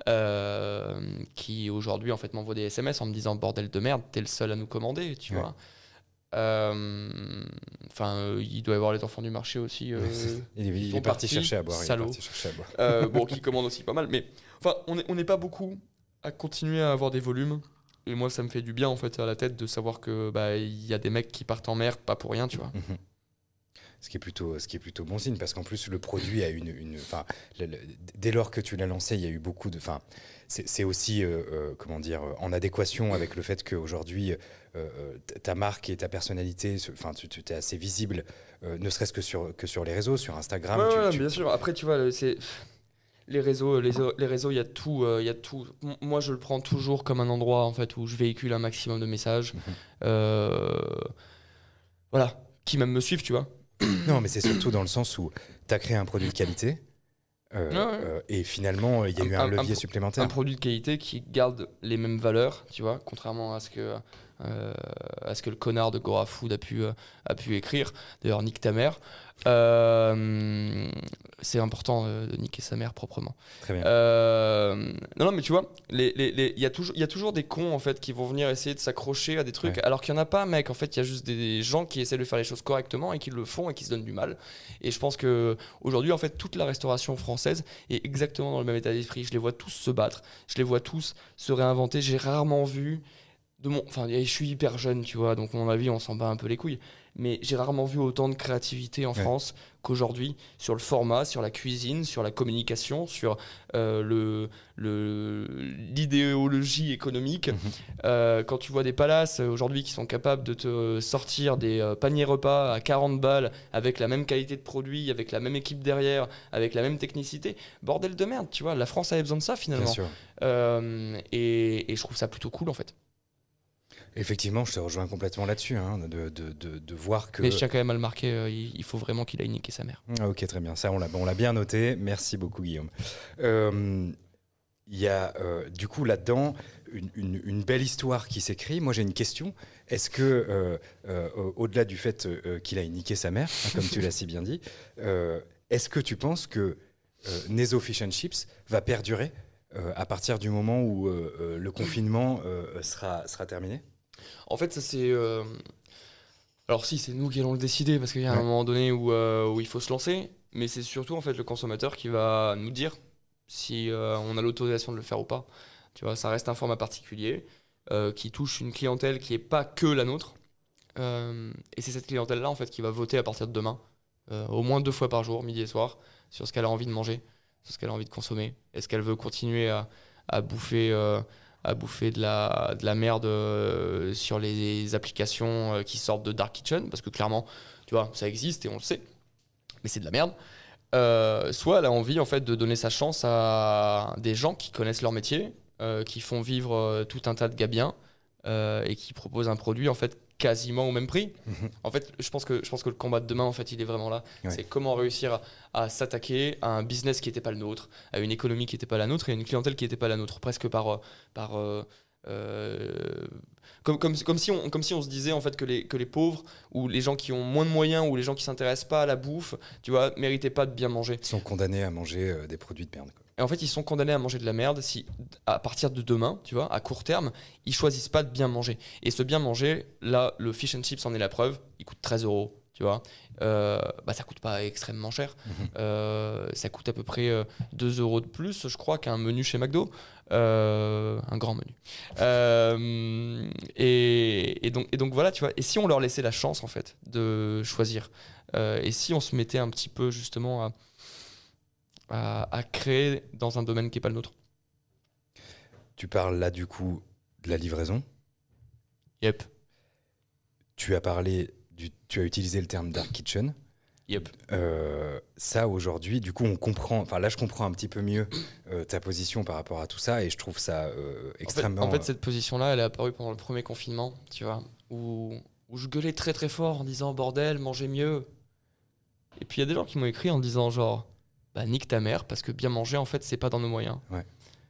qui aujourd'hui en fait m'envoient des SMS en me disant bordel de merde, t'es le seul à nous commander, tu vois. Il doit y avoir les enfants du marché aussi. Il est parti chercher à boire. Bon, qui commandent aussi pas mal. Mais enfin, on n'est pas beaucoup à continuer à avoir des volumes. Et moi, ça me fait du bien en fait à la tête de savoir que il y a des mecs qui partent en mer, pas pour rien, tu vois. Ce qui est plutôt bon signe parce qu'en plus le produit a dès lors que tu l'as lancé, il y a eu beaucoup de. C'est aussi comment dire en adéquation avec le fait qu'aujourd'hui ta marque et ta personnalité, tu es assez visible, ne serait-ce que sur les réseaux, sur Instagram. Bien sûr. Après, tu vois, c'est les réseaux, il y a tout, Moi, je le prends toujours comme un endroit en fait où je véhicule un maximum de messages. Voilà, qui même me suivent, tu vois. Non, mais c'est surtout dans le sens où tu as créé un produit de qualité et finalement, il y a eu un levier supplémentaire. Un produit de qualité qui garde les mêmes valeurs, tu vois, contrairement à ce que le connard de Gora Food a pu écrire. D'ailleurs, nique ta mère. C'est important de niquer sa mère proprement. Très bien. Non, mais tu vois, il y a toujours des cons en fait qui vont venir essayer de s'accrocher à des trucs, alors qu'il n'y en a pas, mec. En fait, il y a juste des gens qui essaient de faire les choses correctement et qui le font et qui se donnent du mal. Et je pense que aujourd'hui, en fait, toute la restauration française est exactement dans le même état d'esprit. Je les vois tous se battre, je les vois tous se réinventer. J'ai rarement vu je suis hyper jeune, tu vois, donc à mon avis, on s'en bat un peu les couilles. Mais j'ai rarement vu autant de créativité en France qu'aujourd'hui sur le format, sur la cuisine, sur la communication, sur l'idéologie économique. Quand tu vois des palaces aujourd'hui qui sont capables de te sortir des paniers repas à 40 balles avec la même qualité de produit, avec la même équipe derrière, avec la même technicité, bordel de merde, tu vois, la France avait besoin de ça finalement. Bien sûr. Et je trouve ça plutôt cool en fait. Effectivement, je te rejoins complètement là-dessus, hein, de voir que... Mais je tiens quand même à le marquer, il faut vraiment qu'il aille niquer sa mère. Ok, très bien, ça on l'a bien noté, merci beaucoup Guillaume. Il y a du coup là-dedans une belle histoire qui s'écrit. Moi j'ai une question, est-ce que, au-delà du fait qu'il aille niquer sa mère, hein, comme tu l'as si bien dit, est-ce que tu penses que Nezo Fish and Chips va perdurer à partir du moment où le confinement sera terminé? En fait, ça c'est... Alors si, c'est nous qui allons le décider, parce qu'il y a un moment donné où il faut se lancer, mais c'est surtout en fait le consommateur qui va nous dire si on a l'autorisation de le faire ou pas. Tu vois, ça reste un format particulier qui touche une clientèle qui n'est pas que la nôtre. Et c'est cette clientèle-là en fait qui va voter à partir de demain, au moins 2 fois par jour, midi et soir, sur ce qu'elle a envie de manger, sur ce qu'elle a envie de consommer. Est-ce qu'elle veut continuer à bouffer de la merde sur les applications qui sortent de Dark Kitchen, parce que clairement, tu vois, ça existe et on le sait, mais c'est de la merde. Soit elle a envie en fait de donner sa chance à des gens qui connaissent leur métier, qui font vivre tout un tas de gars bien et qui proposent un produit en fait quasiment au même prix. En fait, je pense que le combat de demain, en fait, il est vraiment là. Ouais. C'est comment réussir à s'attaquer à un business qui n'était pas le nôtre, à une économie qui n'était pas la nôtre et à une clientèle qui n'était pas la nôtre, presque comme si on se disait en fait que les pauvres ou les gens qui ont moins de moyens ou les gens qui s'intéressent pas à la bouffe, tu vois, méritaient pas de bien manger. Ils sont condamnés à manger des produits de merde, quoi. Et en fait, ils sont condamnés à manger de la merde si, à partir de demain, tu vois, à court terme, ils choisissent pas de bien manger. Et ce bien manger, là, le fish and chips en est la preuve. Il coûte 13 euros, tu vois. Ça coûte pas extrêmement cher. Ça coûte à peu près 2 euros de plus, je crois, qu'un menu chez McDo. Un grand menu. Donc voilà, tu vois. Et si on leur laissait la chance, en fait, de choisir, et si on se mettait un petit peu, justement, à créer dans un domaine qui n'est pas le nôtre. Tu parles là du coup de la livraison. Yep. Tu as utilisé le terme dark kitchen. Yep. Ça aujourd'hui, du coup on comprend, enfin là je comprends un petit peu mieux ta position par rapport à tout ça et je trouve ça extrêmement... En fait, cette position-là, elle est apparue pendant le premier confinement, tu vois, où je gueulais très très fort en disant bordel, mangez mieux. Et puis il y a des gens qui m'ont écrit en disant genre bah nique ta mère parce que bien manger en fait c'est pas dans nos moyens. Ouais.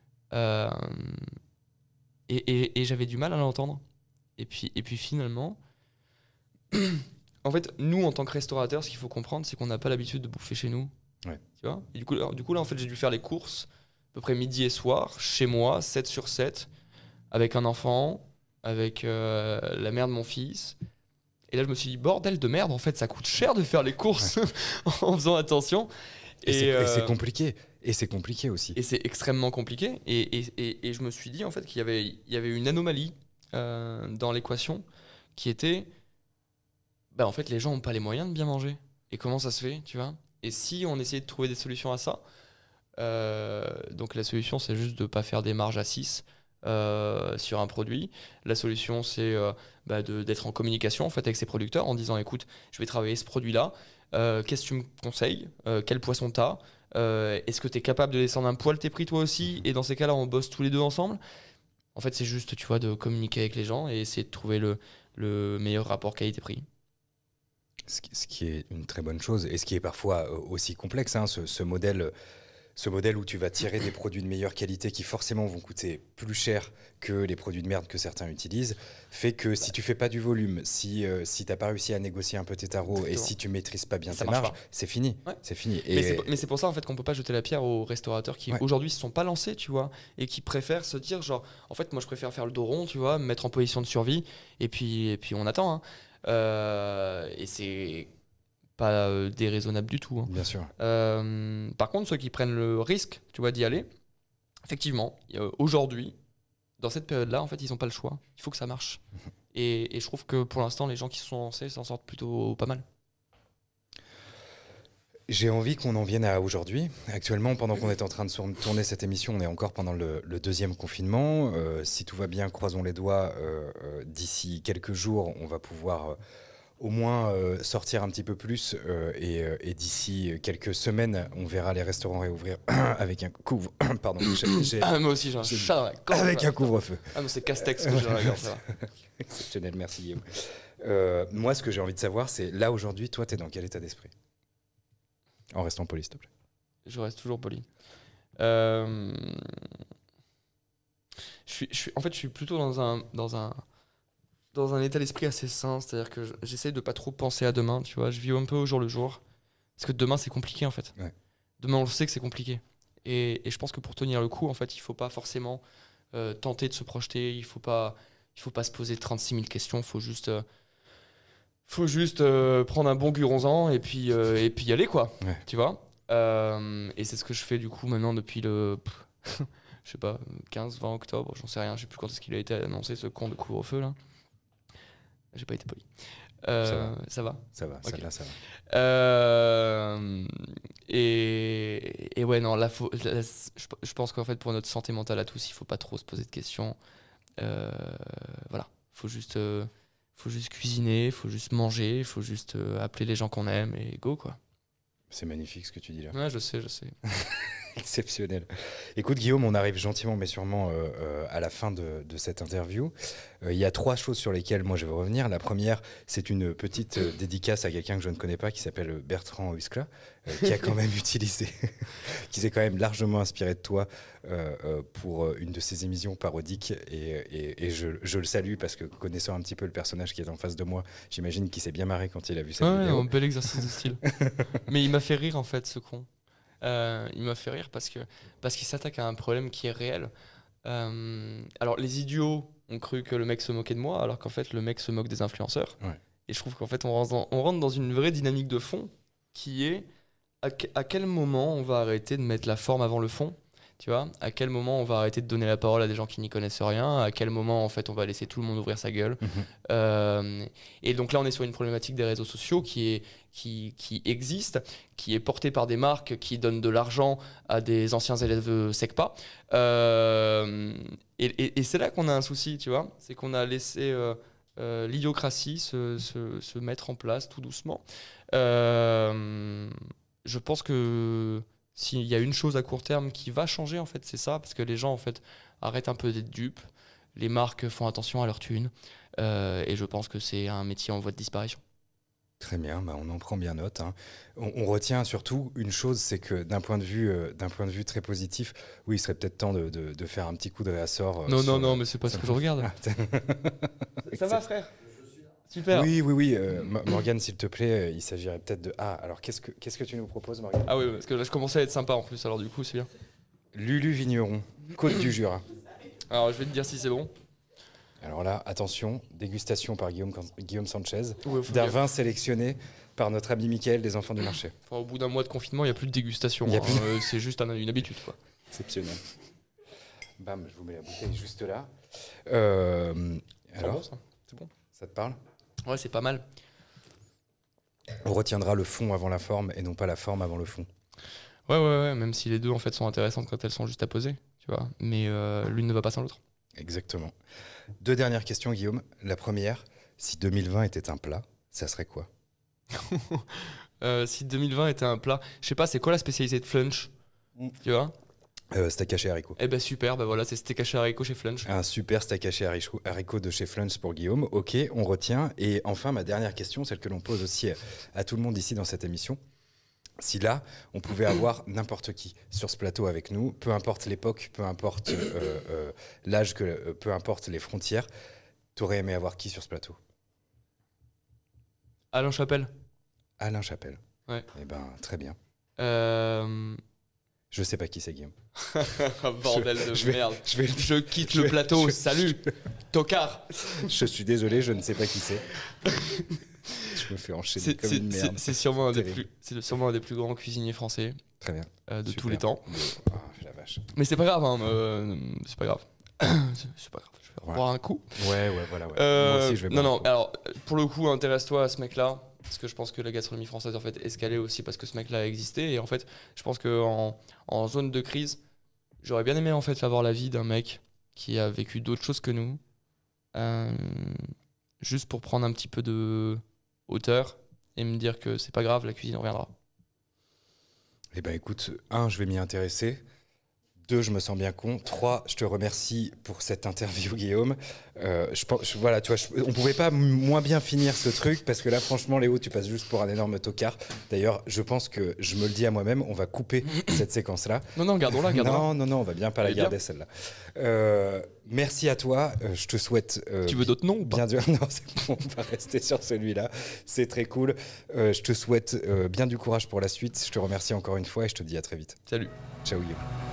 Et j'avais du mal à l'entendre. Et puis finalement, en fait nous en tant que restaurateurs, ce qu'il faut comprendre c'est qu'on n'a pas l'habitude de bouffer chez nous. Ouais. Tu vois. Et du coup là en fait j'ai dû faire les courses à peu près midi et soir chez moi 7/7 avec un enfant, avec la mère de mon fils. Et là je me suis dit bordel de merde en fait ça coûte cher de faire les courses en faisant attention. Et c'est compliqué. Et c'est compliqué aussi. Et c'est extrêmement compliqué. Et je me suis dit en fait qu'il y avait une anomalie dans l'équation qui était bah en fait les gens n'ont pas les moyens de bien manger. Et comment ça se fait, tu vois? Et si on essayait de trouver des solutions à ça, donc la solution c'est juste de ne pas faire des marges à 6 sur un produit. La solution c'est d'être en communication en fait, avec ses producteurs en disant écoute, je vais travailler ce produit-là. Qu'est-ce que tu me conseilles? Quel poisson t'as? Est-ce que tu es capable de descendre un poil tes prix toi aussi? Et dans ces cas-là, on bosse tous les deux ensemble. En fait, c'est juste, tu vois, de communiquer avec les gens et essayer de trouver le meilleur rapport qualité-prix. Ce qui est une très bonne chose et ce qui est parfois aussi complexe, hein, ce modèle où tu vas tirer des produits de meilleure qualité qui forcément vont coûter plus cher que les produits de merde que certains utilisent, fait que si tu fais pas du volume, si t'as pas réussi à négocier un peu tes tarots et si tu maîtrises pas bien tes marges, c'est fini. Ouais. C'est fini. Mais c'est pour ça en fait qu'on peut pas jeter la pierre aux restaurateurs qui aujourd'hui se sont pas lancés, tu vois, et qui préfèrent se dire genre, en fait moi je préfère faire le dos rond, tu vois, me mettre en position de survie et puis on attend. Hein. Et c'est pas déraisonnable du tout. Hein. Bien sûr. Par contre, ceux qui prennent le risque, tu vois, d'y aller, effectivement, aujourd'hui, dans cette période-là, en fait, ils n'ont pas le choix. Il faut que ça marche. Et je trouve que pour l'instant, les gens qui se sont lancés s'en sortent plutôt pas mal. J'ai envie qu'on en vienne à aujourd'hui. Actuellement, pendant qu'on est en train de tourner cette émission, on est encore pendant le deuxième confinement. Si tout va bien, croisons les doigts, d'ici quelques jours, on va pouvoir... au moins sortir un petit peu plus et d'ici quelques semaines, on verra les restaurants réouvrir avec un couvre... Pardon. Moi aussi, j'ai un chat dans la gorge. Avec un couvre-feu. Ah non, c'est Castex que j'ai dans la gorge. Exceptionnel, merci Guillaume. Moi, ce que j'ai envie de savoir, c'est là aujourd'hui, toi, t'es dans quel état d'esprit? En restant poli, s'il te plaît. Je reste toujours poli. En fait, je suis plutôt dans un état d'esprit assez sain, c'est-à-dire que j'essaie de pas trop penser à demain, tu vois, je vis un peu au jour le jour, parce que demain c'est compliqué en fait. Ouais. Demain on le sait que c'est compliqué, et je pense que pour tenir le coup, en fait, il faut pas forcément tenter de se projeter, il faut pas se poser 36 000 questions, faut juste prendre un bon guronzan et puis y aller quoi, ouais. Tu vois. Et c'est ce que je fais du coup maintenant depuis le... je sais pas, 15-20 octobre, j'en sais rien, je sais plus quand est-ce qu'il a été annoncé ce con de couvre-feu là. J'ai pas été poli. Ça va. Ça va, okay. Celle-là, ça va. Et ouais, non, là, je pense qu'en fait, pour notre santé mentale à tous, il faut pas trop se poser de questions. Voilà, faut juste cuisiner, faut juste manger, faut juste appeler les gens qu'on aime et go, quoi. C'est magnifique ce que tu dis là. Ouais, je sais. Exceptionnel. Écoute Guillaume, on arrive gentiment mais sûrement à la fin de cette interview. Il y a 3 choses sur lesquelles moi je veux revenir. La première, c'est une petite dédicace à quelqu'un que je ne connais pas qui s'appelle Bertrand Huskla, qui a quand même utilisé, qui s'est quand même largement inspiré de toi pour une de ses émissions parodiques et je le salue parce que connaissant un petit peu le personnage qui est en face de moi, j'imagine qu'il s'est bien marré quand il a vu cette vidéo. Un bel exercice de style. Mais il m'a fait rire en fait ce con. Il m'a fait rire parce qu'il s'attaque à un problème qui est réel. Alors les idiots ont cru que le mec se moquait de moi, alors qu'en fait le mec se moque des influenceurs. Ouais. Et je trouve qu'en fait on rentre dans une vraie dynamique de fond qui est à quel moment on va arrêter de mettre la forme avant le fond. Tu vois, à quel moment on va arrêter de donner la parole à des gens qui n'y connaissent rien, à quel moment en fait on va laisser tout le monde ouvrir sa gueule. Et donc là on est sur une problématique des réseaux sociaux qui existe, qui est portée par des marques qui donnent de l'argent à des anciens élèves SECPA. Et c'est là qu'on a un souci, tu vois, c'est qu'on a laissé l'idiocratie se mettre en place tout doucement. Je pense que s'il y a une chose à court terme qui va changer, en fait, c'est ça, parce que les gens, en fait, arrêtent un peu d'être dupes, les marques font attention à leur thune, et je pense que c'est un métier en voie de disparition. Très bien, bah on en prend bien note. Hein. On retient surtout une chose, c'est que d'un point de vue très positif, oui, il serait peut-être temps de faire un petit coup de réassort. Non, mais c'est pas ce que je regarde. Ça va, frère? Super. Oui. Morgane, s'il te plaît, il s'agirait peut-être de... Ah, alors qu'est-ce que tu nous proposes, Morgane? Ah oui, parce que là, je commençais à être sympa en plus, alors du coup, c'est bien. Lulu Vigneron, Côte du Jura. Alors, je vais te dire si c'est bon. Alors là, attention, dégustation par Guillaume Sanchez, Ouais, d'un vin sélectionné par notre ami Mickaël des Enfants du Marché. Enfin, au bout d'un mois de confinement, il n'y a plus de dégustation. C'est juste une habitude, quoi. Exceptionnel. Bam, je vous mets la bouteille juste là. Alors, bon, ça. C'est bon. Ça te parle? Ouais, c'est pas mal. On retiendra le fond avant la forme et non pas la forme avant le fond. Ouais, même si les deux en fait sont intéressantes quand elles sont juste à poser, tu vois. Mais l'une ne va pas sans l'autre. Exactement. 2 dernières questions, Guillaume. La première, si 2020 était un plat, ça serait quoi? Si 2020 était un plat, je sais pas, c'est quoi la spécialité de Flunch? Tu vois? Steak haché haricot. Eh ben super, bah voilà, c'est steak haché haricot chez Flunch. Un super steak haché haricot de chez Flunch pour Guillaume. Ok, on retient. Et enfin, ma dernière question, celle que l'on pose aussi à tout le monde ici dans cette émission. Si là, on pouvait avoir n'importe qui sur ce plateau avec nous, peu importe l'époque, peu importe l'âge, peu importe les frontières, t'aurais aimé avoir qui sur ce plateau? Alain Chapelle. Alain Chapelle. Ouais. Eh ben, très bien. Je sais pas qui c'est, Guillaume. Bordel de merde. Je quitte le plateau. Salut, tocard. Je suis désolé, je ne sais pas qui c'est. Je me fais enchaîner comme une merde. C'est sûrement un des plus grands cuisiniers français. Très bien. De tous les temps. Oh, la vache. Mais c'est pas grave, hein, c'est pas grave. C'est pas grave, je vais boire un coup. Ouais, voilà. Moi aussi, je vais boire un coup. Alors, pour le coup, intéresse-toi à ce mec-là. Parce que je pense que la gastronomie française en fait escalée aussi parce que ce mec-là a existé. Et en fait, je pense qu'en zone de crise, j'aurais bien aimé en fait avoir l'avis d'un mec qui a vécu d'autres choses que nous. Juste pour prendre un petit peu de hauteur et me dire que c'est pas grave, la cuisine reviendra. Eh ben écoute, 1, je vais m'y intéresser. 2, je me sens bien con. 3, je te remercie pour cette interview, Guillaume. Voilà, tu vois, on pouvait pas moins bien finir ce truc parce que là, franchement, Léo, tu passes juste pour un énorme tocard. D'ailleurs, je pense que je me le dis à moi-même, on va couper cette séquence-là. Non, gardons-la. Non, on va bien pas la garder celle-là. Merci à toi. Je te souhaite. Tu veux d'autres noms ou pas? Bien dur. Non, c'est bon, on va rester sur celui-là. C'est très cool. Je te souhaite bien du courage pour la suite. Je te remercie encore une fois et je te dis à très vite. Salut. Ciao, Guillaume.